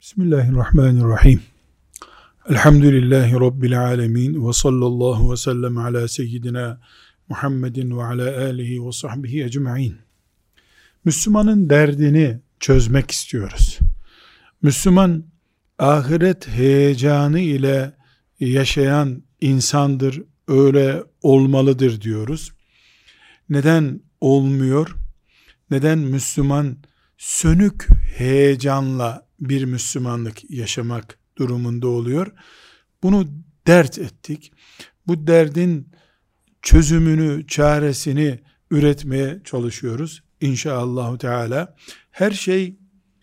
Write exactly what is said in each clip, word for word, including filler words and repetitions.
Bismillahirrahmanirrahim. Elhamdülillahi Rabbil alemin ve sallallahu ve sellem ala seyyidina Muhammedin ve ala alihi ve sahbihi ecma'in. Müslümanın derdini çözmek istiyoruz. Müslüman ahiret heyecanı ile yaşayan insandır, öyle olmalıdır diyoruz. Neden olmuyor? Neden Müslüman sönük heyecanla bir Müslümanlık yaşamak durumunda oluyor? Bunu dert ettik. Bu derdin çözümünü, çaresini üretmeye çalışıyoruz. İnşallah Teala her şey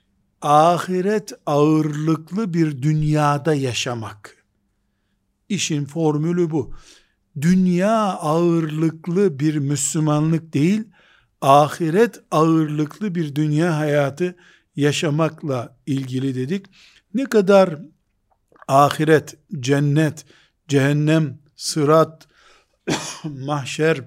ahiret ağırlıklı bir dünyada yaşamak. İşin formülü bu. Dünya ağırlıklı bir Müslümanlık değil, ahiret ağırlıklı bir dünya hayatı yaşamakla ilgili dedik. Ne kadar ahiret, cennet, cehennem, sırat, mahşer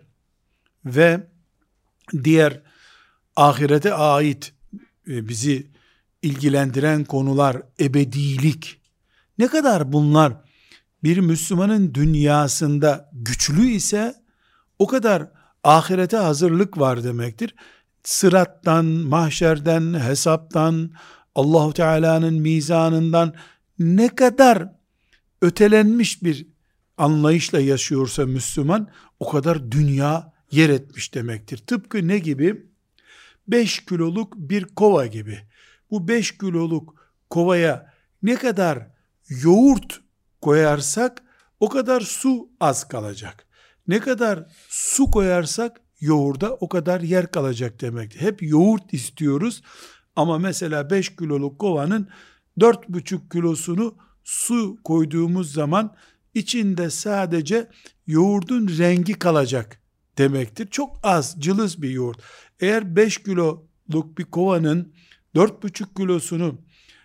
ve diğer ahirete ait bizi ilgilendiren konular, ebedilik, ne kadar bunlar bir Müslümanın dünyasında güçlü ise o kadar ahirete hazırlık var demektir. Sırattan, mahşerden, hesaptan, Allahu Teala'nın mizanından ne kadar ötelenmiş bir anlayışla yaşıyorsa Müslüman, o kadar dünya yer etmiş demektir. Tıpkı ne gibi? beş kiloluk bir kova gibi. Bu beş kiloluk kovaya ne kadar yoğurt koyarsak o kadar su az kalacak. Ne kadar su koyarsak yoğurda o kadar yer kalacak demektir. Hep yoğurt istiyoruz ama mesela beş kiloluk kovanın dört buçuk kilosunu su koyduğumuz zaman içinde sadece yoğurdun rengi kalacak demektir. Çok az, cılız bir yoğurt. Eğer beş kiloluk bir kovanın dört buçuk kilosunu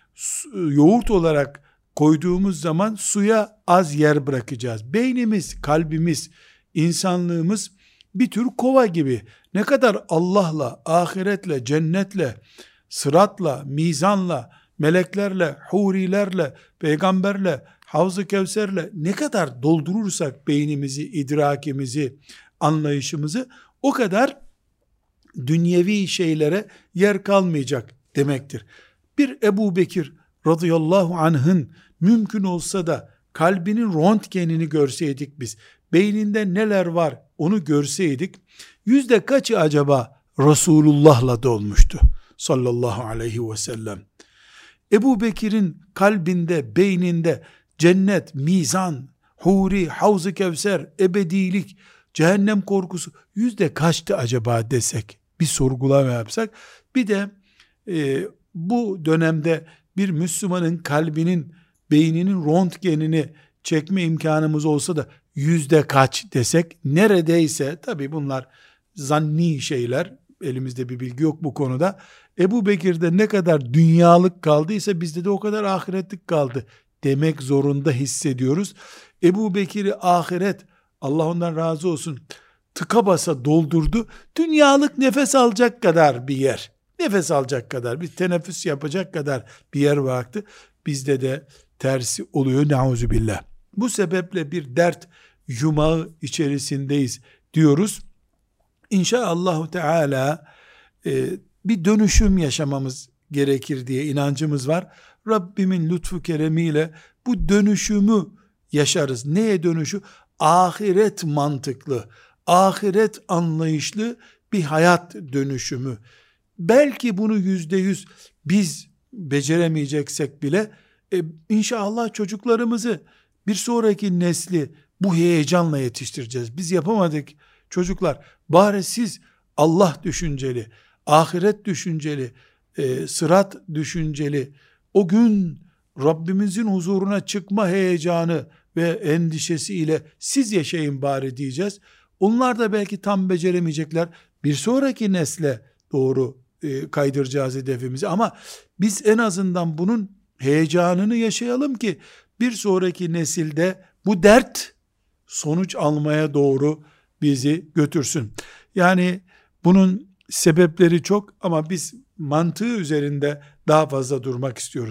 yoğurt olarak koyduğumuz zaman suya az yer bırakacağız. Beynimiz, kalbimiz, insanlığımız bir tür kova gibi. Ne kadar Allah'la, ahiretle, cennetle, sıratla, mizanla, meleklerle, hurilerle, peygamberle, Havz-ı Kevser'le ne kadar doldurursak beynimizi, idrakimizi, anlayışımızı, o kadar dünyevi şeylere yer kalmayacak demektir. Bir Ebu Bekir radıyallahu anh'ın mümkün olsa da kalbinin röntgenini görseydik biz, beyninde neler var onu görseydik, yüzde kaçı acaba Resulullah'la dolmuştu sallallahu aleyhi ve sellem? Ebu Bekir'in kalbinde, beyninde cennet, mizan, huri, Havz-ı Kevser, ebedilik, cehennem korkusu yüzde kaçtı acaba desek, bir sorgulama yapsak, bir de e, bu dönemde bir Müslümanın kalbinin, beyninin röntgenini çekme imkanımız olsa da yüzde kaç desek, neredeyse, tabi bunlar zanni şeyler, elimizde bir bilgi yok bu konuda, Ebu Bekir'de ne kadar dünyalık kaldıysa bizde de o kadar ahiretlik kaldı demek zorunda hissediyoruz. Ebu Bekir'i ahiret, Allah ondan razı olsun, tıka basa doldurdu. Dünyalık nefes alacak kadar bir yer, nefes alacak kadar, bir teneffüs yapacak kadar bir yer bıraktı. Bizde de tersi oluyor, neuzubillah. Bu sebeple bir dert yumağı içerisindeyiz diyoruz. İnşallah Teala e, bir dönüşüm yaşamamız gerekir diye inancımız var. Rabbimin lütfu keremiyle bu dönüşümü yaşarız. Neye dönüşü? Ahiret mantıklı, ahiret anlayışlı bir hayat dönüşümü. Belki bunu yüzde yüz biz beceremeyeceksek bile e, inşallah çocuklarımızı, bir sonraki nesli bu heyecanla yetiştireceğiz. Biz yapamadık çocuklar. Bari siz Allah düşünceli, ahiret düşünceli, e, sırat düşünceli, o gün Rabbimizin huzuruna çıkma heyecanı ve endişesiyle siz yaşayın bari diyeceğiz. Onlar da belki tam beceremeyecekler. Bir sonraki nesle doğru e, kaydıracağız hedefimizi. Ama biz en azından bunun heyecanını yaşayalım ki bir sonraki nesilde bu dert sonuç almaya doğru bizi götürsün. Yani bunun sebepleri çok ama biz mantığı üzerinde daha fazla durmak istiyoruz.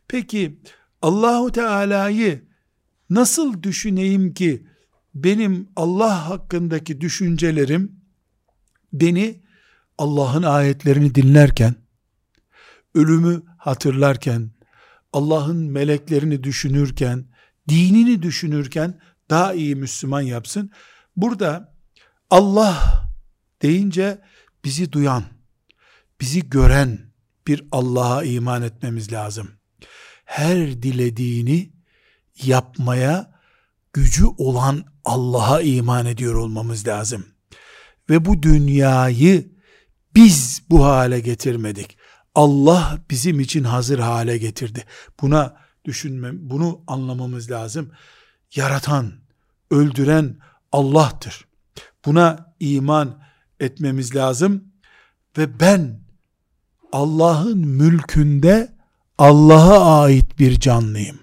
Peki Allahu Teala'yı nasıl düşüneyim ki benim Allah hakkındaki düşüncelerim beni Allah'ın ayetlerini dinlerken, ölümü hatırlarken, Allah'ın meleklerini düşünürken, dinini düşünürken daha iyi Müslüman yapsın? Burada Allah deyince bizi duyan, bizi gören bir Allah'a iman etmemiz lazım. Her dilediğini yapmaya gücü olan Allah'a iman ediyor olmamız lazım. Ve bu dünyayı biz bu hale getirmedik. Allah bizim için hazır hale getirdi. Buna düşünmem, bunu anlamamız lazım. Yaratan, öldüren Allah'tır. Buna iman etmemiz lazım. Ve ben Allah'ın mülkünde Allah'a ait bir canlıyım.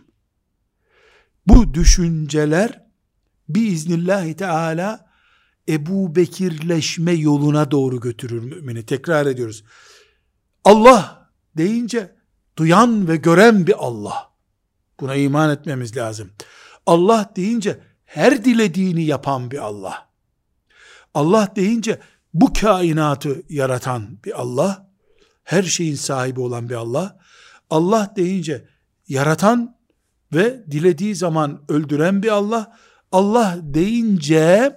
Bu düşünceler biiznillahü teala Ebu Bekirleşme yoluna doğru götürür mümini. Tekrar ediyoruz. Allah deyince duyan ve gören bir Allah. Buna iman etmemiz lazım. Allah deyince her dilediğini yapan bir Allah. Allah deyince bu kainatı yaratan bir Allah. Her şeyin sahibi olan bir Allah. Allah deyince yaratan ve dilediği zaman öldüren bir Allah. Allah deyince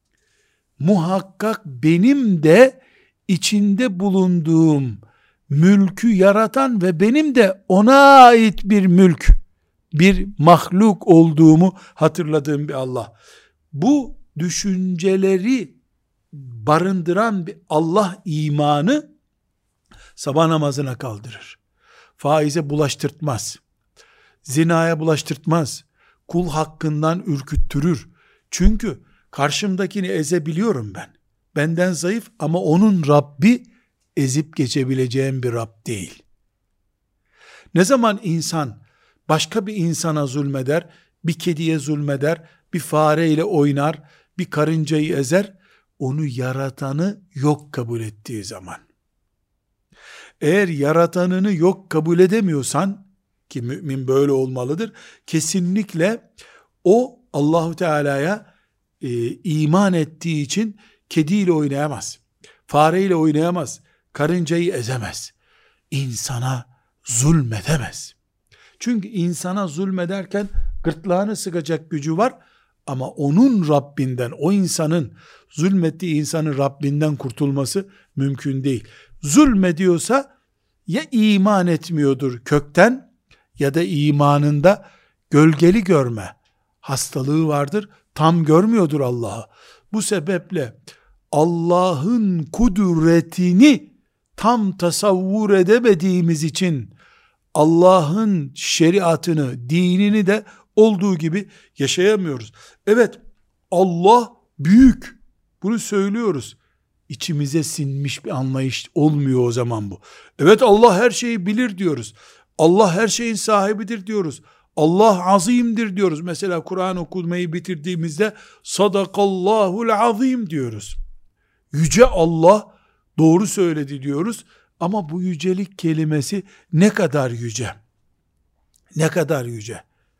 muhakkak benim de içinde bulunduğum mülkü yaratan ve benim de ona ait bir mülk, bir mahluk olduğumu hatırladığım bir Allah. Bu düşünceleri barındıran bir Allah imanı sabah namazına kaldırır. Faize bulaştırtmaz. Zinaya bulaştırtmaz. Kul hakkından ürküttürür. Çünkü karşımdakini ezebiliyorum ben. Benden zayıf ama onun Rabbi ezip geçebileceğim bir Rab değil. Ne zaman insan başka bir insana zulmeder, bir kediye zulmeder, bir fareyle oynar, bir karıncayı ezer, onu yaratanı yok kabul ettiği zaman. Eğer yaratanını yok kabul edemiyorsan, ki mümin böyle olmalıdır, kesinlikle o Allahu Teala'ya e, iman ettiği için kediyle oynayamaz, fareyle oynayamaz, karıncayı ezemez, insana zulmedemez. Çünkü insana zulmederken gırtlağını sıkacak gücü var ama onun Rabbinden, o insanın zulmettiği insanın Rabbinden kurtulması mümkün değil. Zulmediyorsa ya iman etmiyordur kökten ya da imanında gölgeli görme hastalığı vardır, tam görmüyordur Allah'ı. Bu sebeple Allah'ın kudretini tam tasavvur edemediğimiz için Allah'ın şeriatını, dinini de olduğu gibi yaşayamıyoruz. Evet, Allah büyük. Bunu söylüyoruz. İçimize sinmiş bir anlayış olmuyor o zaman bu. Evet, Allah her şeyi bilir diyoruz. Allah her şeyin sahibidir diyoruz. Allah azimdir diyoruz. Mesela Kur'an okumayı bitirdiğimizde sadakallahul azim diyoruz. Yüce Allah doğru söyledi diyoruz. Ama bu yücelik kelimesi ne kadar yüce? Ne kadar yüce?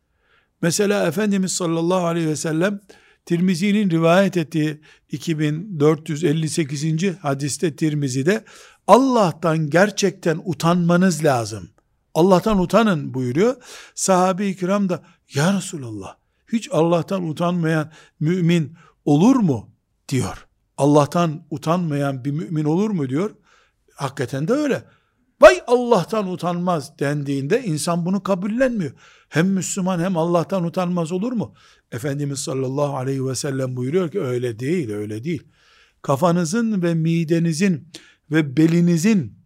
Mesela Efendimiz sallallahu aleyhi ve sellem Tirmizi'nin rivayet ettiği iki bin dört yüz elli sekizinci hadiste Tirmizi'de Allah'tan gerçekten utanmanız lazım. Allah'tan utanın buyuruyor. Sahabe-i kiram da ya Resulallah hiç Allah'tan utanmayan mümin olur mu diyor. Allah'tan utanmayan bir mümin olur mu diyor. Hakikaten de öyle. Vay Allah'tan utanmaz dendiğinde insan bunu kabullenmiyor. Hem Müslüman hem Allah'tan utanmaz olur mu? Efendimiz sallallahu aleyhi ve sellem buyuruyor ki öyle değil, öyle değil. Kafanızın ve midenizin ve belinizin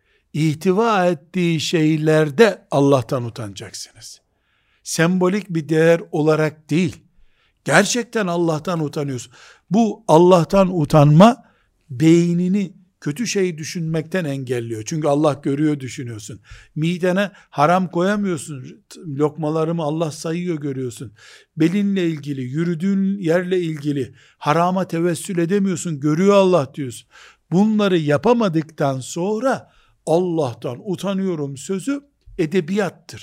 ihtiva ettiği şeylerde Allah'tan utanacaksınız. Sembolik bir değer olarak değil. Gerçekten Allah'tan utanıyorsun. Bu Allah'tan utanma beynini kötü şey düşünmekten engelliyor. Çünkü Allah görüyor düşünüyorsun. Midene haram koyamıyorsun. Lokmalarımı Allah sayıyor görüyorsun. Belinle ilgili, yürüdüğün yerle ilgili harama tevessül edemiyorsun. Görüyor Allah diyorsun. Bunları yapamadıktan sonra Allah'tan utanıyorum sözü edebiyattır.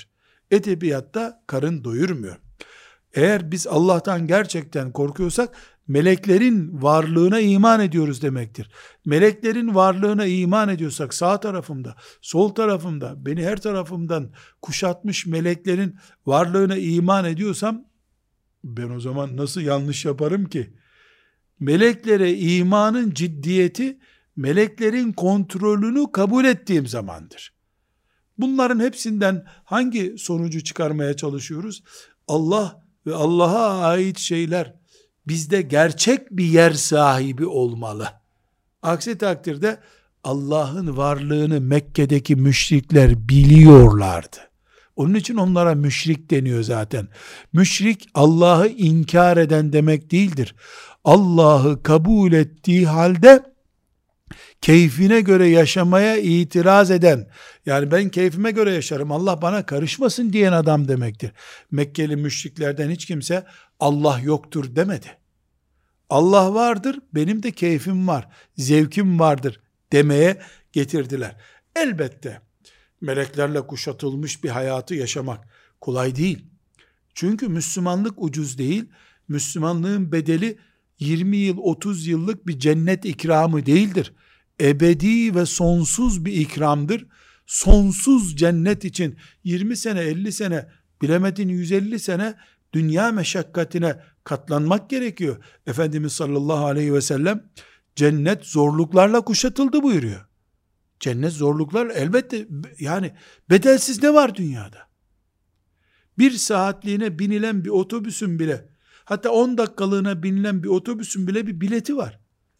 Edebiyatta karın doyurmuyor. Eğer biz Allah'tan gerçekten korkuyorsak, meleklerin varlığına iman ediyoruz demektir. Meleklerin varlığına iman ediyorsak, sağ tarafımda, sol tarafımda, beni her tarafımdan kuşatmış meleklerin varlığına iman ediyorsam, ben o zaman nasıl yanlış yaparım ki? Meleklere imanın ciddiyeti, meleklerin kontrolünü kabul ettiğim zamandır. Bunların hepsinden hangi sonucu çıkarmaya çalışıyoruz? Allah ve Allah'a ait şeyler bizde gerçek bir yer sahibi olmalı. Aksi takdirde Allah'ın varlığını Mekke'deki müşrikler biliyorlardı. Onun için onlara müşrik deniyor zaten. Müşrik Allah'ı inkar eden demek değildir. Allah'ı kabul ettiği halde keyfine göre yaşamaya itiraz eden, yani ben keyfime göre yaşarım, Allah bana karışmasın diyen adam demektir. Mekkeli müşriklerden hiç kimse Allah yoktur demedi. Allah vardır, benim de keyfim var, zevkim vardır demeye getirdiler. Elbette meleklerle kuşatılmış bir hayatı yaşamak kolay değil. Çünkü Müslümanlık ucuz değil. Müslümanlığın bedeli yirmi yıl, otuz yıllık bir cennet ikramı değildir. Ebedi ve sonsuz bir ikramdır. Sonsuz cennet için yirmi sene, elli sene, bilemedin yüz elli sene dünya meşakkatine katlanmak gerekiyor. Efendimiz sallallahu aleyhi ve sellem cennet zorluklarla kuşatıldı buyuruyor. Cennet zorluklar, elbette, yani bedelsiz ne var dünyada? Bir saatliğine binilen bir otobüsün bile, hatta on dakikalığına binilen bir otobüsün bile bir bileti var.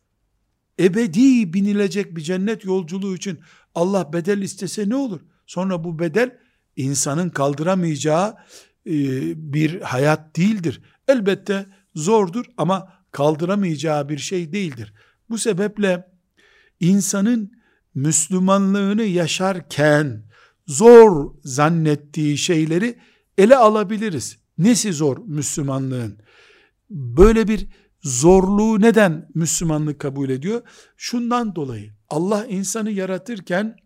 Ebedi binilecek bir cennet yolculuğu için Allah bedel istese ne olur? Sonra bu bedel insanın kaldıramayacağı e, bir hayat değildir. Elbette zordur ama kaldıramayacağı bir şey değildir. Bu sebeple insanın Müslümanlığını yaşarken zor zannettiği şeyleri ele alabiliriz. Nesi zor Müslümanlığın? Böyle bir zorluğu neden Müslümanlık kabul ediyor? Şundan dolayı, Allah insanı yaratırken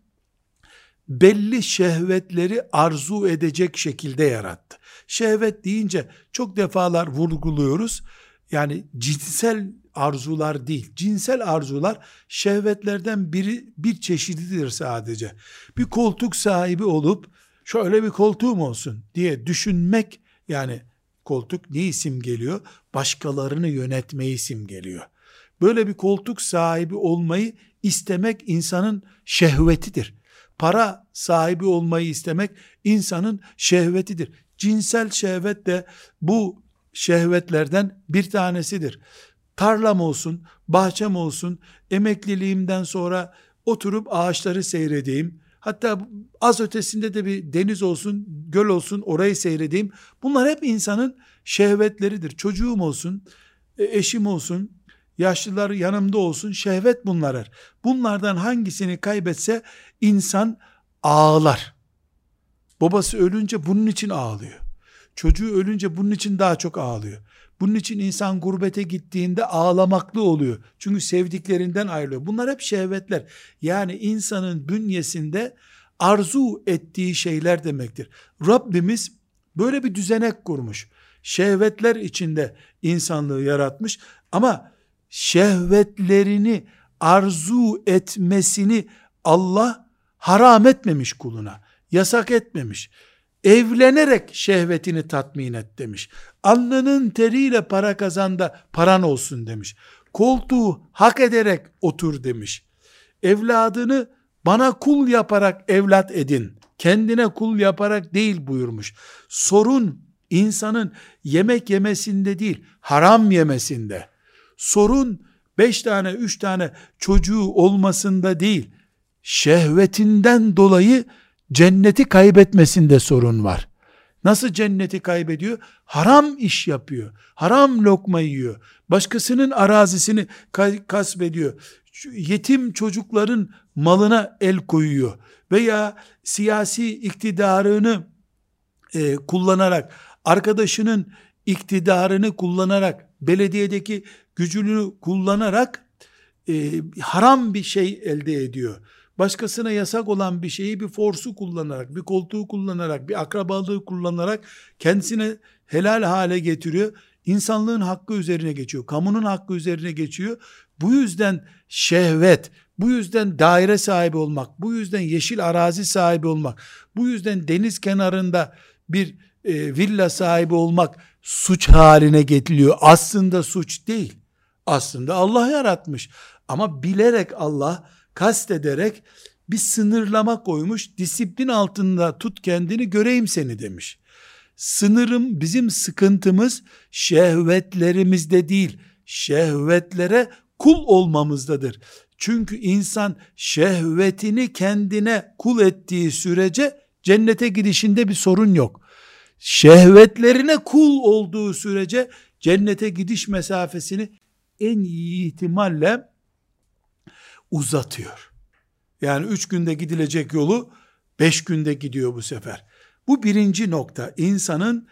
belli şehvetleri arzu edecek şekilde yarattı. Şehvet deyince çok defalar vurguluyoruz. Yani cinsel arzular değil. Cinsel arzular şehvetlerden biri, bir çeşididir sadece. Bir koltuk sahibi olup şöyle bir koltuğum olsun diye düşünmek, yani koltuk neyi simgeliyor? Başkalarını yönetmeyi simgeliyor. Böyle bir koltuk sahibi olmayı istemek insanın şehvetidir. Para sahibi olmayı istemek insanın şehvetidir. Cinsel şehvet de bu şehvetlerden bir tanesidir. Tarlam olsun, bahçem olsun, emekliliğimden sonra oturup ağaçları seyredeyim, hatta az ötesinde de bir deniz olsun, göl olsun, orayı seyredeyim. Bunlar hep insanın şehvetleridir. Çocuğum olsun, eşim olsun, yaşlılar yanımda olsun, şehvet bunlar. Bunlardan hangisini kaybetse insan ağlar. Babası ölünce bunun için ağlıyor. Çocuğu ölünce bunun için daha çok ağlıyor. Bunun için insan gurbete gittiğinde ağlamaklı oluyor. Çünkü sevdiklerinden ayrılıyor. Bunlar hep şehvetler. Yani insanın bünyesinde arzu ettiği şeyler demektir. Rabbimiz böyle bir düzenek kurmuş. Şehvetler içinde insanlığı yaratmış ama şehvetlerini arzu etmesini Allah haram etmemiş kuluna. Yasak etmemiş. Evlenerek şehvetini tatmin et demiş. Alnının teriyle para kazan da paran olsun demiş. Koltuğu hak ederek otur demiş. Evladını bana kul yaparak evlat edin, kendine kul yaparak değil buyurmuş. Sorun insanın yemek yemesinde değil, haram yemesinde. Sorun beş tane, üç tane çocuğu olmasında değil, şehvetinden dolayı cenneti kaybetmesinde sorun var. Nasıl cenneti kaybediyor? Haram iş yapıyor. Haram lokma yiyor. Başkasının arazisini kasbediyor. Yetim çocukların malına el koyuyor. Veya siyasi iktidarını e, kullanarak, arkadaşının iktidarını kullanarak, belediyedeki gücünü kullanarak e, haram bir şey elde ediyor. başkasına yasak olan bir şeyi bir forsu kullanarak, bir koltuğu kullanarak, bir akrabalığı kullanarak kendisine helal hale getiriyor. İnsanlığın hakkı üzerine geçiyor. Kamunun hakkı üzerine geçiyor. Bu yüzden şehvet, bu yüzden daire sahibi olmak, bu yüzden yeşil arazi sahibi olmak, bu yüzden deniz kenarında bir e, villa sahibi olmak suç haline getiriliyor. Aslında suç değil. Aslında Allah yaratmış. Ama bilerek Allah, kastederek bir sınırlama koymuş. Disiplin altında tut kendini, göreyim seni demiş. Sınırım, bizim sıkıntımız şehvetlerimizde değil, şehvetlere kul olmamızdadır. Çünkü insan şehvetini kendine kul ettiği sürece cennete gidişinde bir sorun yok. Şehvetlerine kul olduğu sürece cennete gidiş mesafesini en iyi ihtimalle uzatıyor. Yani üç günde gidilecek yolu beş günde gidiyor bu sefer. Bu birinci nokta. İnsanın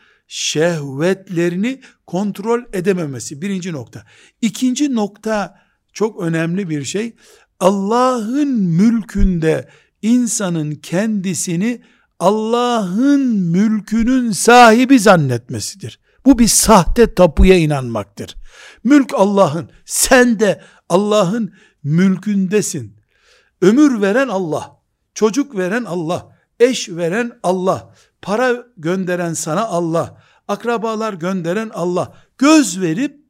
şehvetlerini kontrol edememesi. Birinci nokta. İkinci nokta çok önemli bir şey. Allah'ın mülkünde insanın kendisini Allah'ın mülkünün sahibi zannetmesidir. Bu bir sahte tapuya inanmaktır. Mülk Allah'ın. Sen de Allah'ın mülkündesin. Ömür veren Allah. Çocuk veren Allah. Eş veren Allah. Para gönderen sana Allah. Akrabalar gönderen Allah. Göz verip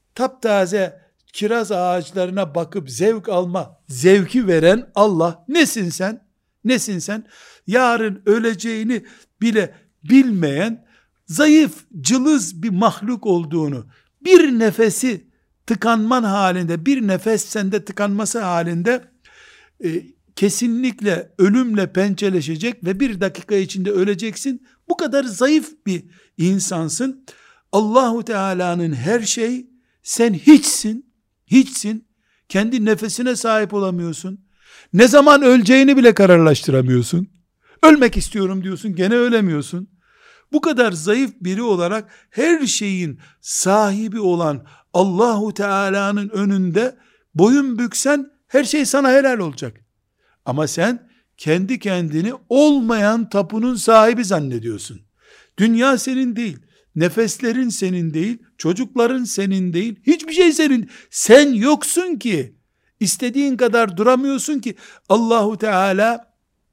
taptaze kiraz ağaçlarına bakıp zevk alma zevki veren Allah. Nesin sen? Nesin sen? Yarın öleceğini bile bilmeyen, zayıf, cılız bir mahluk olduğunu, bir nefesi tıkanman halinde, bir nefes sende tıkanması halinde e, kesinlikle ölümle pençeleşecek ve bir dakika içinde öleceksin. Bu kadar zayıf bir insansın. Allahu Teala'nın her şey, sen hiçsin, hiçsin. Kendi nefesine sahip olamıyorsun. Ne zaman öleceğini bile kararlaştıramıyorsun. Ölmek istiyorum diyorsun, gene ölemiyorsun. Bu kadar zayıf biri olarak her şeyin sahibi olan Allahu Teala'nın önünde boyun büksen her şey sana helal olacak. Ama sen kendi kendini olmayan tapunun sahibi zannediyorsun. Dünya senin değil, nefeslerin senin değil, çocukların senin değil, hiçbir şey senin. Sen yoksun ki, istediğin kadar duramıyorsun ki Allahu Teala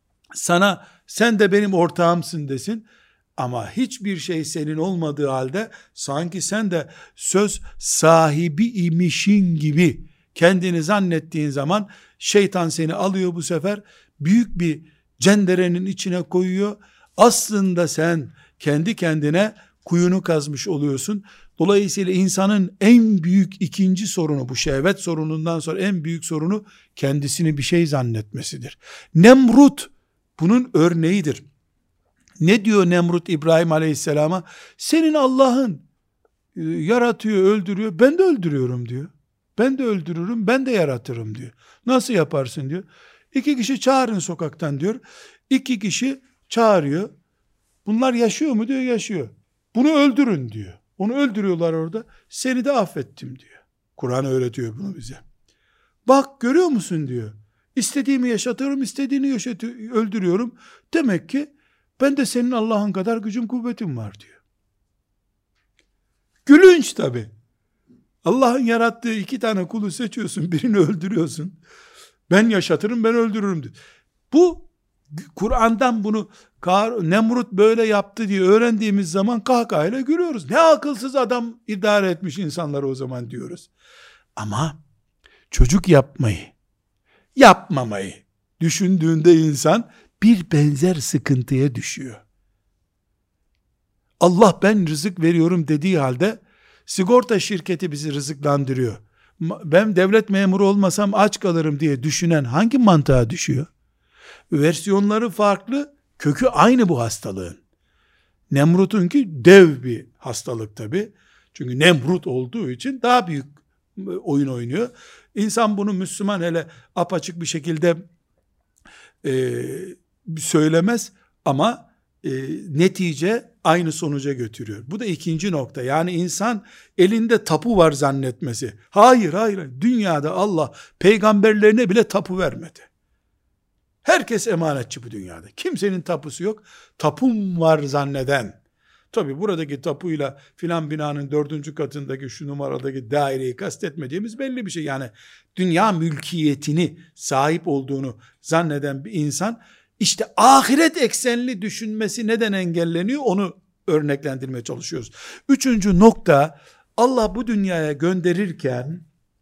sana sen de benim ortağımsın desin. Ama hiçbir şey senin olmadığı halde sanki sen de söz sahibi imişin gibi kendini zannettiğin zaman şeytan seni alıyor bu sefer, büyük bir cenderenin içine koyuyor. Aslında sen kendi kendine kuyunu kazmış oluyorsun. Dolayısıyla insanın en büyük ikinci sorunu, bu şehvet sorunundan sonra en büyük sorunu kendisini bir şey zannetmesidir. Nemrut bunun örneğidir. Ne diyor Nemrut İbrahim Aleyhisselam'a? Senin Allah'ın e, yaratıyor, öldürüyor, ben de öldürüyorum diyor. Ben de öldürürüm, ben de yaratırım diyor. Nasıl yaparsın diyor. İki kişi çağırın sokaktan diyor. İki kişi çağırıyor. Bunlar yaşıyor mu diyor, yaşıyor. Bunu öldürün diyor. Onu öldürüyorlar orada. Seni de affettim diyor. Kur'an öğretiyor bunu bize. Bak görüyor musun diyor. İstediğimi yaşatıyorum, istediğini yaşatı- öldürüyorum. Demek ki ben de senin Allah'ın kadar gücüm kuvvetim var diyor. Gülünç tabi. Allah'ın yarattığı iki tane kulu seçiyorsun, birini öldürüyorsun. Ben yaşatırım, ben öldürürüm diyor. Bu Kur'an'dan bunu Nemrut böyle yaptı diye öğrendiğimiz zaman kahkahayla gülüyoruz. Ne akılsız adam idare etmiş insanları o zaman diyoruz. Ama çocuk yapmayı, yapmamayı düşündüğünde insan bir benzer sıkıntıya düşüyor. Allah ben rızık veriyorum dediği halde sigorta şirketi bizi rızıklandırıyor. Ben devlet memuru olmasam aç kalırım diye düşünen hangi mantığa düşüyor? Versiyonları farklı, kökü aynı bu hastalığın. Nemrut'unki dev bir hastalık tabi. Çünkü Nemrut olduğu için daha büyük oyun oynuyor. İnsan bunu Müslüman hele apaçık bir şekilde e, söylemez ama e, netice aynı sonuca götürüyor. Bu da ikinci nokta. Yani insan elinde tapu var zannetmesi. Hayır hayır. Dünyada Allah peygamberlerine bile tapu vermedi. Herkes emanetçi bu dünyada. Kimsenin tapusu yok. Tapum var zanneden. Tabi buradaki tapuyla filan binanın dördüncü katındaki şu numaradaki daireyi kastetmediğimiz belli bir şey. Yani dünya mülkiyetini, sahip olduğunu zanneden bir insan, işte ahiret eksenli düşünmesi neden engelleniyor, onu örneklendirmeye çalışıyoruz. Üçüncü nokta, Allah bu dünyaya gönderirken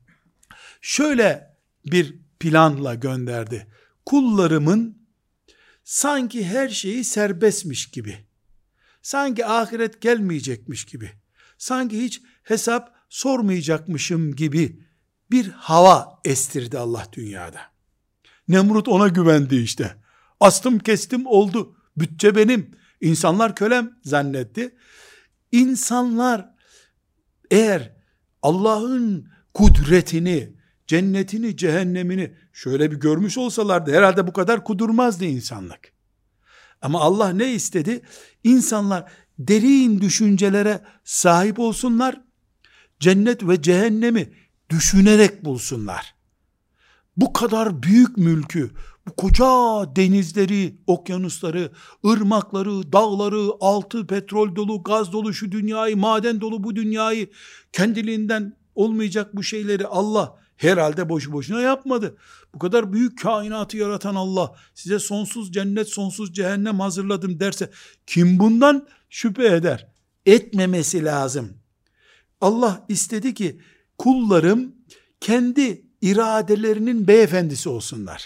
şöyle bir planla gönderdi. Kullarımın sanki her şeyi serbestmiş gibi, sanki ahiret gelmeyecekmiş gibi, sanki hiç hesap sormayacakmışım gibi bir hava estirdi Allah dünyada. Nemrut ona güvendi işte. Astım kestim oldu. Bütçe benim. İnsanlar kölem zannetti. İnsanlar eğer Allah'ın kudretini, cennetini, cehennemini şöyle bir görmüş olsalardı herhalde bu kadar kudurmazdı insanlık. Ama Allah ne istedi? İnsanlar derin düşüncelere sahip olsunlar, cennet ve cehennemi düşünerek bulsunlar. Bu kadar büyük mülkü, bu koca denizleri, okyanusları, ırmakları, dağları, altı petrol dolu, gaz dolu şu dünyayı, maden dolu bu dünyayı, kendiliğinden olmayacak bu şeyleri Allah herhalde boşu boşuna yapmadı. Bu kadar büyük kainatı yaratan Allah size sonsuz cennet, sonsuz cehennem hazırladım derse kim bundan şüphe eder? Etmemesi lazım. Allah istedi ki kullarım kendi iradelerinin beyefendisi olsunlar.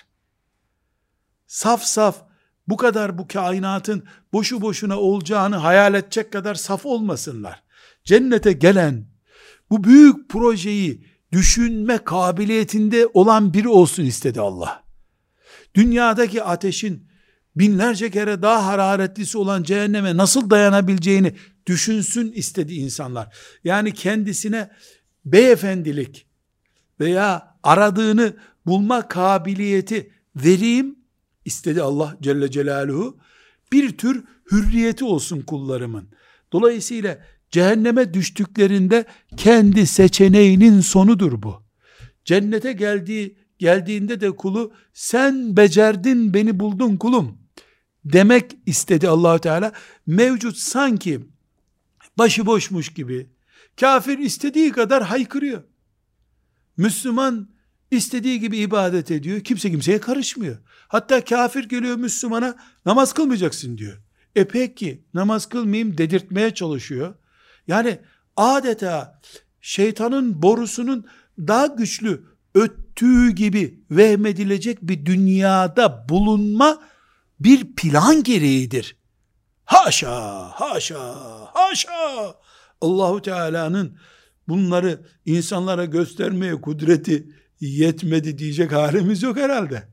Saf saf bu kadar bu kainatın boşu boşuna olacağını hayal edecek kadar saf olmasınlar. Cennete gelen bu büyük projeyi düşünme kabiliyetinde olan biri olsun istedi Allah. Dünyadaki ateşin binlerce kere daha hararetlisi olan cehenneme nasıl dayanabileceğini düşünsün istedi insanlar. Yani kendisine beyefendilik veya aradığını bulma kabiliyeti vereyim istedi Allah Celle Celaluhu. Bir tür hürriyeti olsun kullarımın. Dolayısıyla cehenneme düştüklerinde kendi seçeneğinin sonudur bu. Cennete geldiği geldiğinde de kulu sen becerdin beni buldun kulum demek istedi Allah Teala. Mevcut sanki başıboşmuş gibi, kafir istediği kadar haykırıyor. Müslüman istediği gibi ibadet ediyor. Kimse kimseye karışmıyor. Hatta kafir geliyor Müslümana, namaz kılmayacaksın diyor. E peki namaz kılmayayım dedirtmeye çalışıyor. Yani adeta şeytanın borusunun daha güçlü öttüğü gibi vehmedilecek bir dünyada bulunma bir plan gereğidir. Haşa, haşa, haşa. Allahu Teala'nın bunları insanlara göstermeye kudreti yetmedi diyecek halimiz yok herhalde.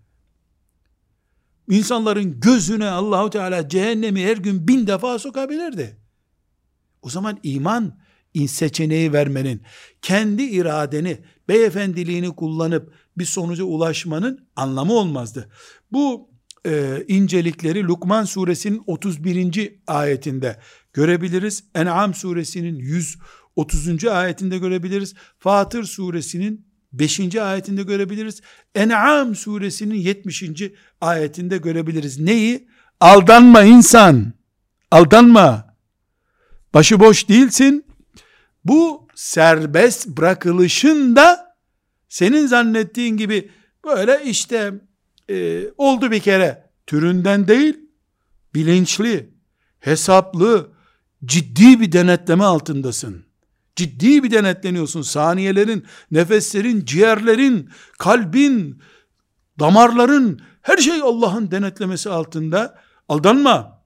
İnsanların gözüne Allahu Teala cehennemi her gün bin defa sokabilirdi. O zaman iman seçeneği vermenin, kendi iradeni, beyefendiliğini kullanıp bir sonuca ulaşmanın anlamı olmazdı. Bu e, incelikleri Lukman suresinin otuz birinci ayetinde görebiliriz. En'am suresinin yüz otuzuncu ayetinde görebiliriz. Fatır suresinin beşinci ayetinde görebiliriz. En'am suresinin yetmişinci ayetinde görebiliriz. Neyi? Aldanma insan. Aldanma. Başıboş değilsin. Bu serbest bırakılışın da senin zannettiğin gibi böyle işte e, oldu bir kere türünden değil, bilinçli, hesaplı, ciddi bir denetleme altındasın. Ciddi bir denetleniyorsun. Saniyelerin, nefeslerin, ciğerlerin, kalbin, damarların, her şey Allah'ın denetlemesi altında. Aldanma.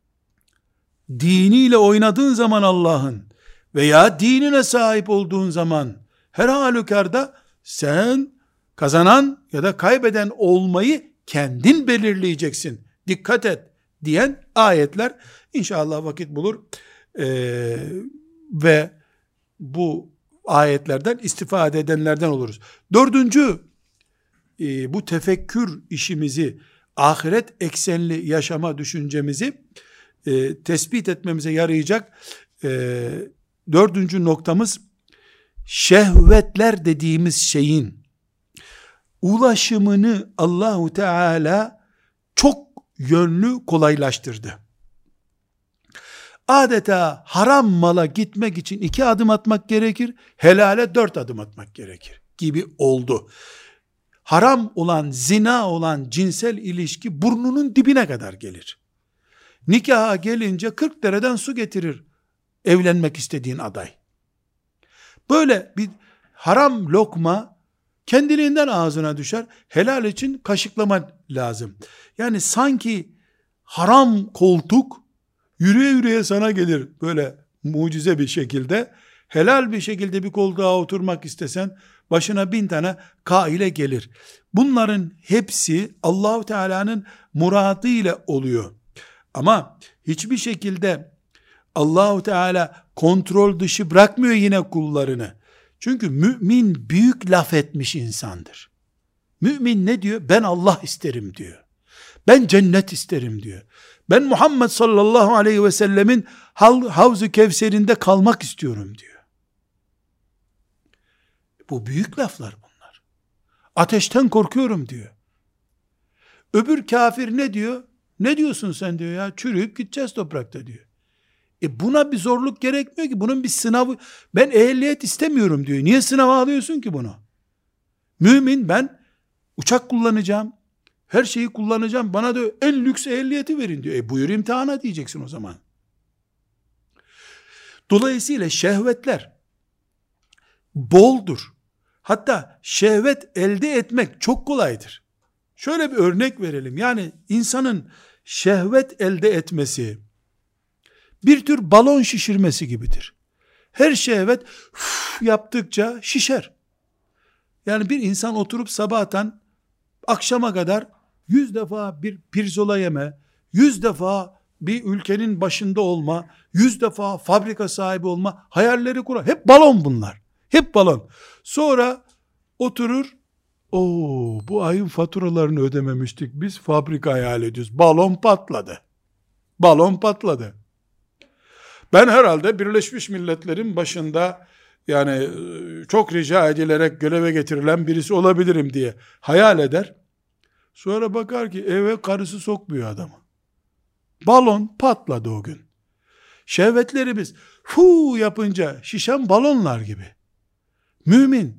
Diniyle oynadığın zaman Allah'ın veya dinine sahip olduğun zaman her halükarda sen kazanan ya da kaybeden olmayı kendin belirleyeceksin. Dikkat et diyen ayetler inşallah vakit bulur ee, ve bu ayetlerden istifade edenlerden oluruz. Dördüncü, e, bu tefekkür işimizi, ahiret eksenli yaşama düşüncemizi e, tespit etmemize yarayacak e, dördüncü noktamız, şehvetler dediğimiz şeyin ulaşımını Allahu Teala çok yönlü kolaylaştırdı. Adeta haram mala gitmek için iki adım atmak gerekir, helale dört adım atmak gerekir gibi oldu. Haram olan, zina olan cinsel ilişki burnunun dibine kadar gelir. Nikaha gelince kırk dereden su getirir evlenmek istediğin aday. Böyle bir haram lokma kendiliğinden ağzına düşer. Helal için kaşıklaman lazım. Yani sanki haram koltuk yürüye yürüye sana gelir böyle mucize bir şekilde. Helal bir şekilde bir koltuğa oturmak istesen başına bin tane kaile gelir. Bunların hepsi Allah-u Teala'nın muradı ile oluyor. Ama hiçbir şekilde Allah-u Teala kontrol dışı bırakmıyor yine kullarını. Çünkü mümin büyük laf etmiş insandır. Mümin ne diyor? Ben Allah isterim diyor. Ben cennet isterim diyor. Ben Muhammed sallallahu aleyhi ve sellemin Havz-ı Kevser'inde kalmak istiyorum diyor. Bu büyük laflar bunlar. Ateşten korkuyorum diyor. Öbür kafir ne diyor? Ne diyorsun sen diyor ya, çürüyüp gideceğiz toprakta diyor. E buna bir zorluk gerekmiyor ki, bunun bir sınavı, ben ehliyet istemiyorum diyor. Niye sınava alıyorsun ki bunu? Mümin ben uçak kullanacağım, her şeyi kullanacağım, bana da en lüks ehliyeti verin diyor. E buyur imtihana diyeceksin o zaman. Dolayısıyla şehvetler boldur. Hatta şehvet elde etmek çok kolaydır. Şöyle bir örnek verelim. Yani insanın şehvet elde etmesi bir tür balon şişirmesi gibidir. Her şehvet üf, yaptıkça şişer. Yani bir insan oturup sabahtan akşama kadar yüz defa bir pirzola yeme, yüz defa bir ülkenin başında olma, yüz defa fabrika sahibi olma hayalleri kurar. Hep balon bunlar. Hep balon. Sonra oturur, Oo, bu ayın faturalarını ödememiştik. Biz fabrika hayal ediyoruz. Balon patladı. Balon patladı. Ben herhalde Birleşmiş Milletler'in başında yani çok rica edilerek göreve getirilen birisi olabilirim diye hayal eder. Sonra bakar ki eve karısı sokmuyor adamı. Balon patladı o gün. Şehvetlerimiz fu yapınca şişen balonlar gibi. Mümin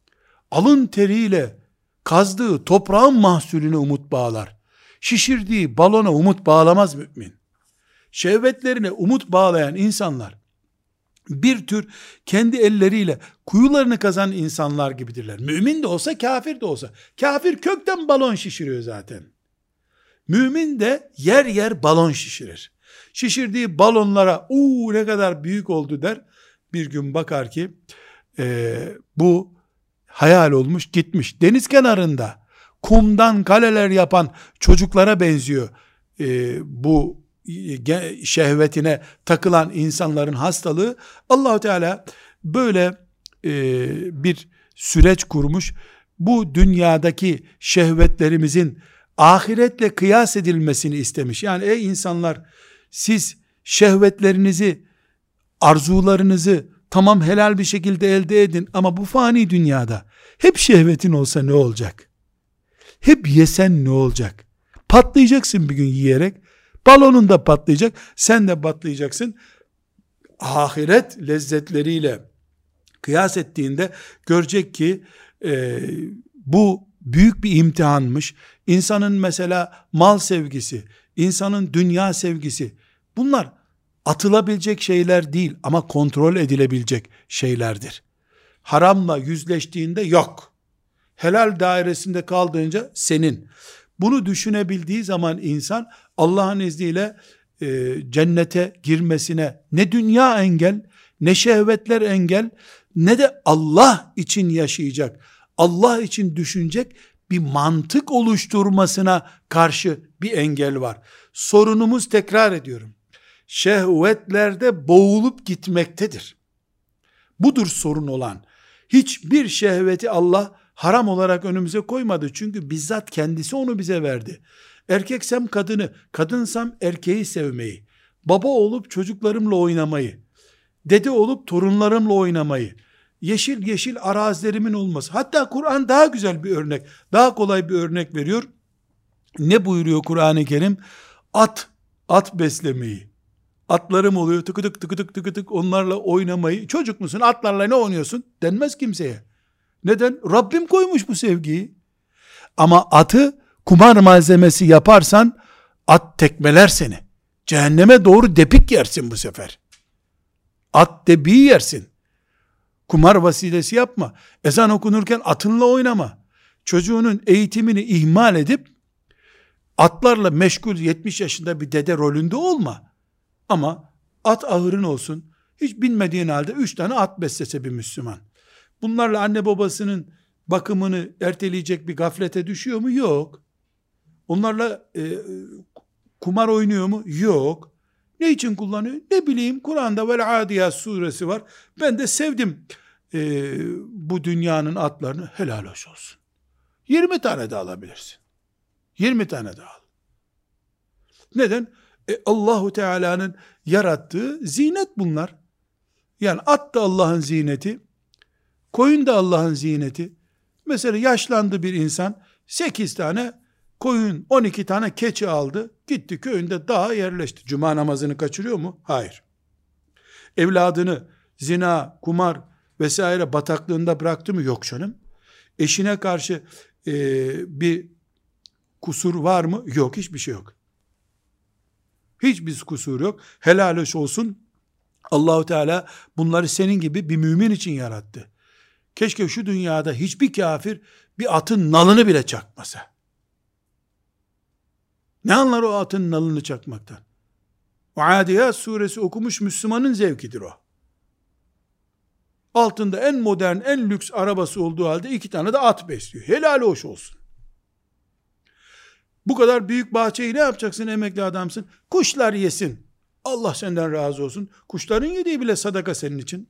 alın teriyle kazdığı toprağın mahsulüne umut bağlar. Şişirdiği balona umut bağlamaz mümin. Şehvetlerine umut bağlayan insanlar bir tür kendi elleriyle kuyularını kazan insanlar gibidirler. Mümin de olsa, kafir de olsa. Kafir kökten balon şişiriyor zaten. Mümin de yer yer balon şişirir. Şişirdiği balonlara uuu ne kadar büyük oldu der. Bir gün bakar ki e, bu hayal olmuş gitmiş. Deniz kenarında kumdan kaleler yapan çocuklara benziyor e, bu şehvetine takılan insanların hastalığı. Allah-u Teala böyle e, bir süreç kurmuş. Bu dünyadaki şehvetlerimizin ahiretle kıyas edilmesini istemiş. Yani ey insanlar, siz şehvetlerinizi, arzularınızı tamam helal bir şekilde elde edin ama bu fani dünyada hep şehvetin olsa ne olacak? Hep yesen ne olacak? Patlayacaksın bir gün yiyerek. Balonun da patlayacak, sen de patlayacaksın. Ahiret lezzetleriyle kıyas ettiğinde görecek ki e, bu büyük bir imtihanmış. İnsanın mesela mal sevgisi, insanın dünya sevgisi, bunlar atılabilecek şeyler değil ama kontrol edilebilecek şeylerdir. Haramla yüzleştiğinde yok. Helal dairesinde kaldığınca senin. Bunu düşünebildiği zaman insan Allah'ın izniyle e, cennete girmesine ne dünya engel, ne şehvetler engel, ne de Allah için yaşayacak, Allah için düşünecek bir mantık oluşturmasına karşı bir engel var. Sorunumuz, tekrar ediyorum, şehvetlerde boğulup gitmektedir. Budur sorun olan. Hiçbir şehveti Allah haram olarak önümüze koymadı. Çünkü bizzat kendisi onu bize verdi. Erkeksem kadını, kadınsam erkeği sevmeyi, baba olup çocuklarımla oynamayı, dede olup torunlarımla oynamayı, yeşil yeşil arazilerimin olması. Hatta Kur'an daha güzel bir örnek, daha kolay bir örnek veriyor. Ne buyuruyor Kur'an-ı Kerim? At, at beslemeyi. Atlarım oluyor, tıkıdık tıkıdık tıkıdık onlarla oynamayı. Çocuk musun, atlarla ne oynuyorsun denmez kimseye. Neden? Rabbim koymuş bu sevgiyi. Ama atı kumar malzemesi yaparsan at tekmeler seni. Cehenneme doğru depik yersin bu sefer. At debiği yersin. Kumar vasilesi yapma. Ezan okunurken atınla oynama. Çocuğunun eğitimini ihmal edip atlarla meşgul yetmiş yaşında bir dede rolünde olma. Ama at ahırın olsun. Hiç bilmediğin halde üç tane at beslese bir Müslüman. Bunlarla anne babasının bakımını erteleyecek bir gaflete düşüyor mu? Yok. Onlarla e, kumar oynuyor mu? Yok. Ne için kullanıyor? Ne bileyim, Kur'an'da Vel Adiyat suresi var. Ben de sevdim e, bu dünyanın atlarını. Helal hoş olsun. yirmi tane de alabilirsin. yirmi tane de al. Neden? E, Allahu Teala'nın yarattığı zinet bunlar. Yani at da Allah'ın zineti, koyun da Allah'ın zineti. Mesela yaşlandı bir insan, sekiz tane koyun, on iki tane keçi aldı, gitti köyünde dağa yerleşti. Cuma namazını kaçırıyor mu? Hayır. Evladını zina, kumar vesaire bataklığında bıraktı mı? Yok canım. Eşine karşı e, bir kusur var mı? Yok, hiçbir şey yok. Hiçbir kusur yok. Helal olsun. Allahu Teala bunları senin gibi bir mümin için yarattı. Keşke şu dünyada hiçbir kafir bir atın nalını bile çakmasa. Ne anlar o atın nalını çakmaktan? O Adiyat suresi okumuş Müslümanın zevkidir o. Altında en modern, en lüks arabası olduğu halde iki tane de at besliyor. Helal hoş olsun. Bu kadar büyük bahçeyi ne yapacaksın, emekli adamsın? Kuşlar yesin. Allah senden razı olsun. Kuşların yediği bile sadaka senin için.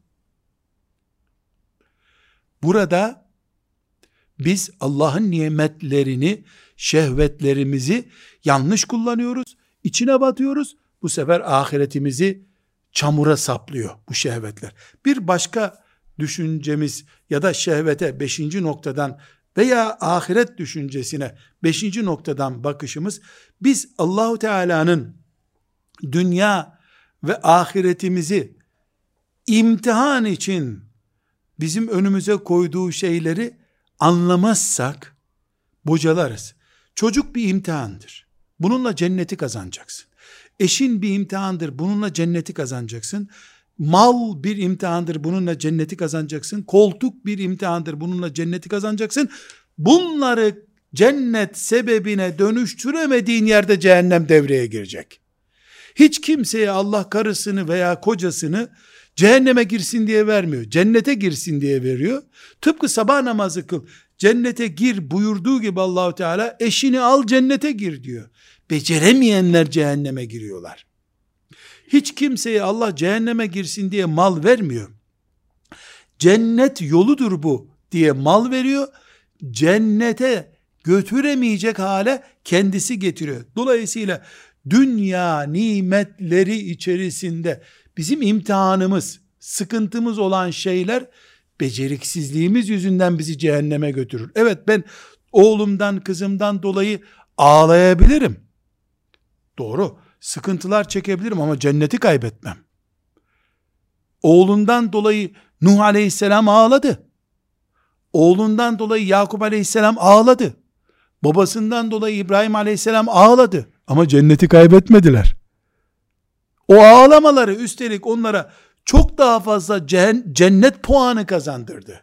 Burada biz Allah'ın nimetlerini, şehvetlerimizi yanlış kullanıyoruz. İçine batıyoruz. Bu sefer ahiretimizi çamura saplıyor bu şehvetler. Bir başka düşüncemiz ya da şehvete beşinci noktadan veya ahiret düşüncesine beşinci noktadan bakışımız, biz Allahu Teala'nın dünya ve ahiretimizi imtihan için bizim önümüze koyduğu şeyleri anlamazsak bocalarız. Çocuk bir imtihandır. Bununla cenneti kazanacaksın. Eşin bir imtihandır. Bununla cenneti kazanacaksın. Mal bir imtihandır. Bununla cenneti kazanacaksın. Koltuk bir imtihandır. Bununla cenneti kazanacaksın. Bunları cennet sebebine dönüştüremediğin yerde cehennem devreye girecek. Hiç kimseye Allah karısını veya kocasını cehenneme girsin diye vermiyor. Cennete girsin diye veriyor. Tıpkı sabah namazı kıl, cennete gir buyurduğu gibi Allahu Teala eşini al cennete gir diyor. Beceremeyenler cehenneme giriyorlar. Hiç kimseye Allah cehenneme girsin diye mal vermiyor. Cennet yoludur bu diye mal veriyor. Cennete götüremeyecek hale kendisi getiriyor. Dolayısıyla dünya nimetleri içerisinde bizim imtihanımız, sıkıntımız olan şeyler beceriksizliğimiz yüzünden bizi cehenneme götürür. Evet, ben oğlumdan, kızımdan dolayı ağlayabilirim. Doğru, sıkıntılar çekebilirim ama cenneti kaybetmem. Oğlundan dolayı Nuh Aleyhisselam ağladı. Oğlundan dolayı Yakup Aleyhisselam ağladı. Babasından dolayı İbrahim Aleyhisselam ağladı. Ama cenneti kaybetmediler. O ağlamaları üstelik onlara çok daha fazla cennet puanı kazandırdı.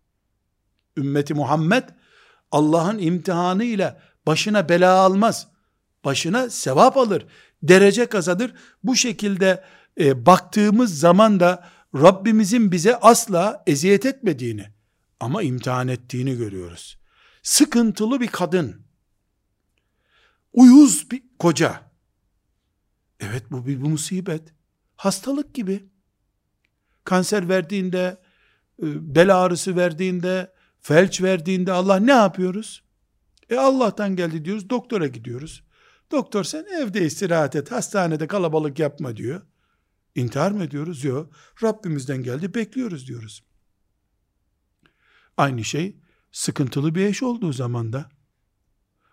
Ümmeti Muhammed Allah'ın imtihanı ile başına bela almaz. Başına sevap alır. Derece kazanır. Bu şekilde e, baktığımız zaman da Rabbimizin bize asla eziyet etmediğini ama imtihan ettiğini görüyoruz. Sıkıntılı bir kadın, uyuz bir koca. Evet, bu bir bu musibet. Hastalık gibi. Kanser verdiğinde, bel ağrısı verdiğinde, felç verdiğinde Allah ne yapıyoruz? E Allah'tan geldi diyoruz, doktora gidiyoruz. Doktor sen evde istirahat et, hastanede kalabalık yapma diyor. İntihar mı ediyoruz? Yok. Rabbimizden geldi, bekliyoruz diyoruz. Aynı şey sıkıntılı bir eş olduğu zaman da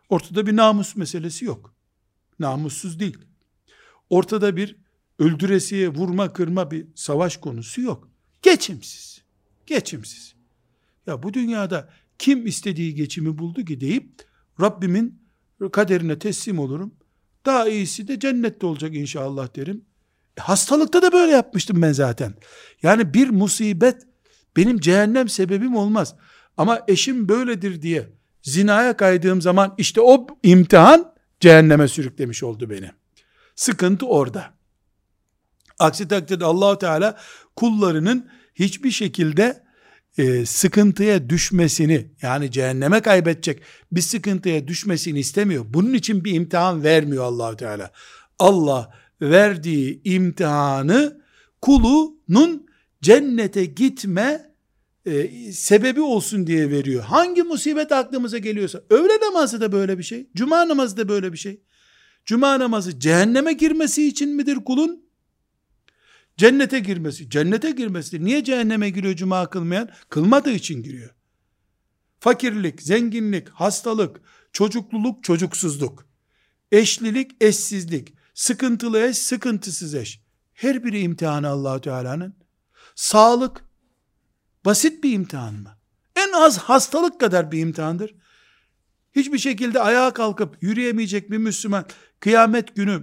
Ortada bir namus meselesi yok. Namussuz değil. Ortada bir öldüresiye, vurma, kırma bir savaş konusu yok. Geçimsiz. Geçimsiz. Ya bu dünyada kim istediği geçimi buldu ki deyip Rabbimin kaderine teslim olurum. Daha iyisi de cennette olacak inşallah derim. E, hastalıkta da böyle yapmıştım ben zaten. Yani bir musibet benim cehennem sebebim olmaz. Ama eşim böyledir diye zinaya kaydığım zaman işte o imtihan cehenneme sürüklemiş oldu beni. Sıkıntı orada. Aksi takdirde Allah-u Teala kullarının hiçbir şekilde e, sıkıntıya düşmesini, yani cehenneme kaybedecek bir sıkıntıya düşmesini istemiyor. Bunun için bir imtihan vermiyor Allah-u Teala. Allah verdiği imtihanı kulunun cennete gitme e, sebebi olsun diye veriyor. Hangi musibet aklımıza geliyorsa, öğle namazı da böyle bir şey, cuma namazı da böyle bir şey. Cuma namazı cehenneme girmesi için midir kulun? Cennete girmesi, cennete girmesi. Niye cehenneme giriyor cuma kılmayan? Kılmadığı için giriyor. Fakirlik, zenginlik, hastalık, çocukluluk, çocuksuzluk, eşlilik, eşsizlik, sıkıntılı eş, sıkıntısız eş. Her biri imtihanı Allah-u Teala'nın. Sağlık, basit bir imtihan mı? En az hastalık kadar bir imtihandır. Hiçbir şekilde ayağa kalkıp yürüyemeyecek bir Müslüman, kıyamet günü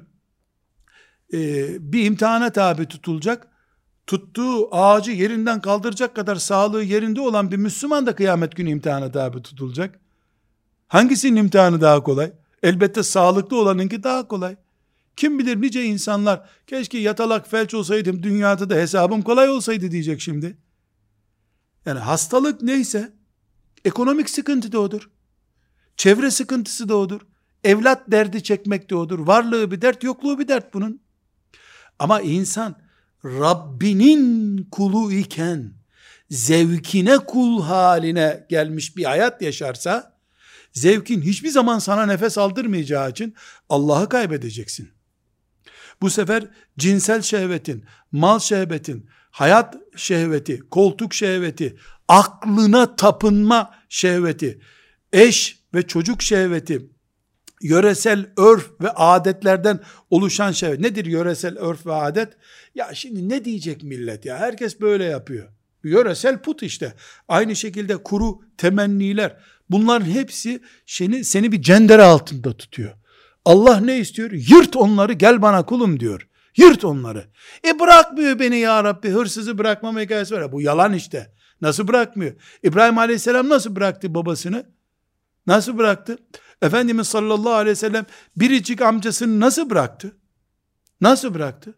e, bir imtihana tabi tutulacak. Tuttuğu ağacı yerinden kaldıracak kadar sağlığı yerinde olan bir Müslüman da kıyamet günü imtihana tabi tutulacak. Hangisinin imtihanı daha kolay? Elbette sağlıklı olanınki daha kolay. Kim bilir nice insanlar, keşke yatalak felç olsaydım, dünyada da hesabım kolay olsaydı diyecek şimdi. Yani hastalık neyse, ekonomik sıkıntı da odur. Çevre sıkıntısı da odur. Evlat derdi çekmek de odur. Varlığı bir dert, yokluğu bir dert bunun. Ama insan Rabbinin kulu iken zevkine kul haline gelmiş bir hayat yaşarsa, zevkin hiçbir zaman sana nefes aldırmayacağı için Allah'ı kaybedeceksin. Bu sefer cinsel şehvetin, mal şehvetin, hayat şehveti, koltuk şehveti, aklına tapınma şehveti, eş ve çocuk şehveti, yöresel örf ve adetlerden oluşan şehvet. Nedir yöresel örf ve adet? Ya şimdi ne diyecek millet ya? Herkes böyle yapıyor. Yöresel put işte. Aynı şekilde kuru temenniler. Bunların hepsi seni, seni bir cendere altında tutuyor. Allah ne istiyor? Yırt onları, gel bana kulum diyor. Yırt onları. E bırakmıyor beni ya Rabbi. Hırsızı bırakmama hikayesi var ya. Bu yalan işte. Nasıl bırakmıyor? İbrahim Aleyhisselam nasıl bıraktı babasını? Nasıl bıraktı? Efendimiz sallallahu aleyhi ve sellem biricik amcasını nasıl bıraktı? Nasıl bıraktı?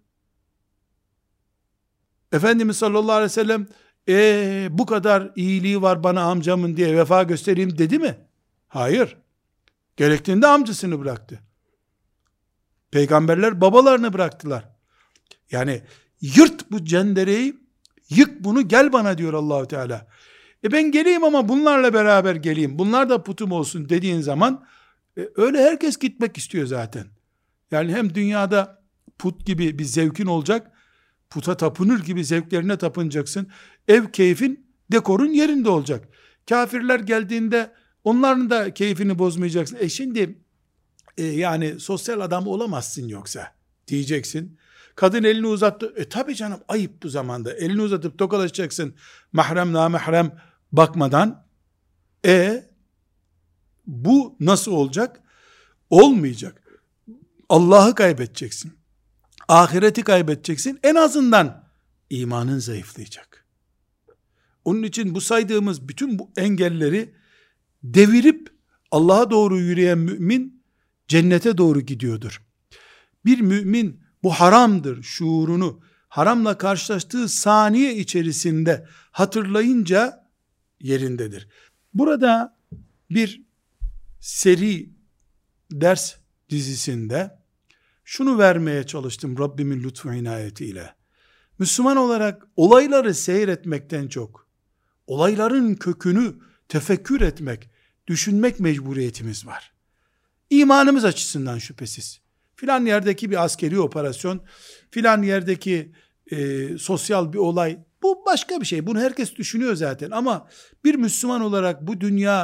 Efendimiz sallallahu aleyhi ve sellem ee, bu kadar iyiliği var bana amcamın diye vefa göstereyim dedi mi? Hayır. Gerektiğinde amcasını bıraktı. Peygamberler babalarını bıraktılar. Yani yırt bu cendereyi, yık bunu, gel bana diyor Allah-u Teala. E ben geleyim ama bunlarla beraber geleyim, bunlar da putum olsun dediğin zaman e öyle herkes gitmek istiyor zaten. Yani hem dünyada put gibi bir zevkin olacak, puta tapınır gibi zevklerine tapınacaksın. Ev keyfin, dekorun yerinde olacak. Kafirler geldiğinde onların da keyfini bozmayacaksın. E şimdi e yani sosyal adam olamazsın yoksa diyeceksin. Kadın elini uzattı. E tabi canım, ayıp bu zamanda. Elini uzatıp tokalaşacaksın. Mahrem namahrem bakmadan. E bu nasıl olacak? Olmayacak. Allah'ı kaybedeceksin. Ahireti kaybedeceksin. En azından imanın zayıflayacak. Onun için bu saydığımız bütün bu engelleri devirip Allah'a doğru yürüyen mümin cennete doğru gidiyordur. Bir mümin bu haramdır şuurunu haramla karşılaştığı saniye içerisinde hatırlayınca yerindedir. Burada bir seri ders dizisinde şunu vermeye çalıştım Rabbimin lütfu inayetiyle. Müslüman olarak olayları seyretmekten çok, olayların kökünü tefekkür etmek, düşünmek mecburiyetimiz var. İmanımız açısından şüphesiz. Filan yerdeki bir askeri operasyon, filan yerdeki e, sosyal bir olay, bu başka bir şey. Bunu herkes düşünüyor zaten. Ama bir Müslüman olarak bu dünya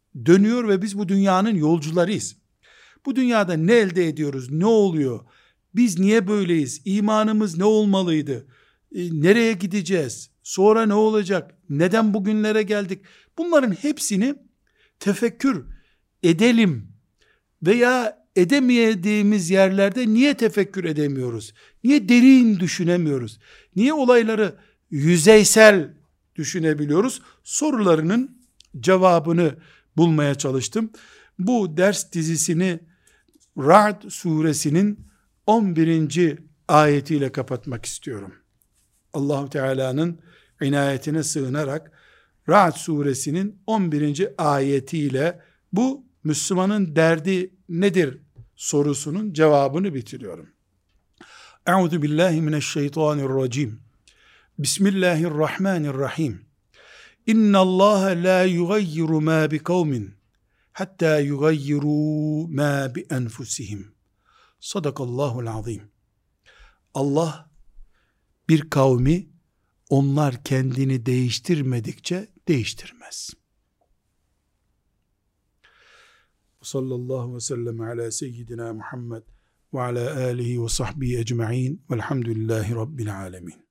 dönüyor ve biz bu dünyanın yolcularıyız. Bu dünyada ne elde ediyoruz, ne oluyor, biz niye böyleyiz, imanımız ne olmalıydı, e, nereye gideceğiz, sonra ne olacak, neden bugünlere geldik, bunların hepsini tefekkür edelim veya edemediğimiz yerlerde niye tefekkür edemiyoruz, niye derin düşünemiyoruz, niye olayları yüzeysel düşünebiliyoruz sorularının cevabını bulmaya çalıştım. Bu ders dizisini Ra'd suresinin on birinci ayetiyle kapatmak istiyorum. Allah-u Teala'nın inayetine sığınarak Ra'd suresinin on birinci ayetiyle bu Müslümanın derdi nedir sorusunun cevabını bitiriyorum. Euzu billahi mineşşeytanirracim. Bismillahirrahmanirrahim. İnna Allah la yugayyiru ma bi kavmin hatta yugayyiru ma bi enfusihim. Sadakallahul azim. Allah bir kavmi onlar kendini değiştirmedikçe değiştirmez. Sallallahu ve sellem ala seyyidina Muhammed ve ala alihi ve sahbihi ecma'in velhamdülillahi rabbil alemin.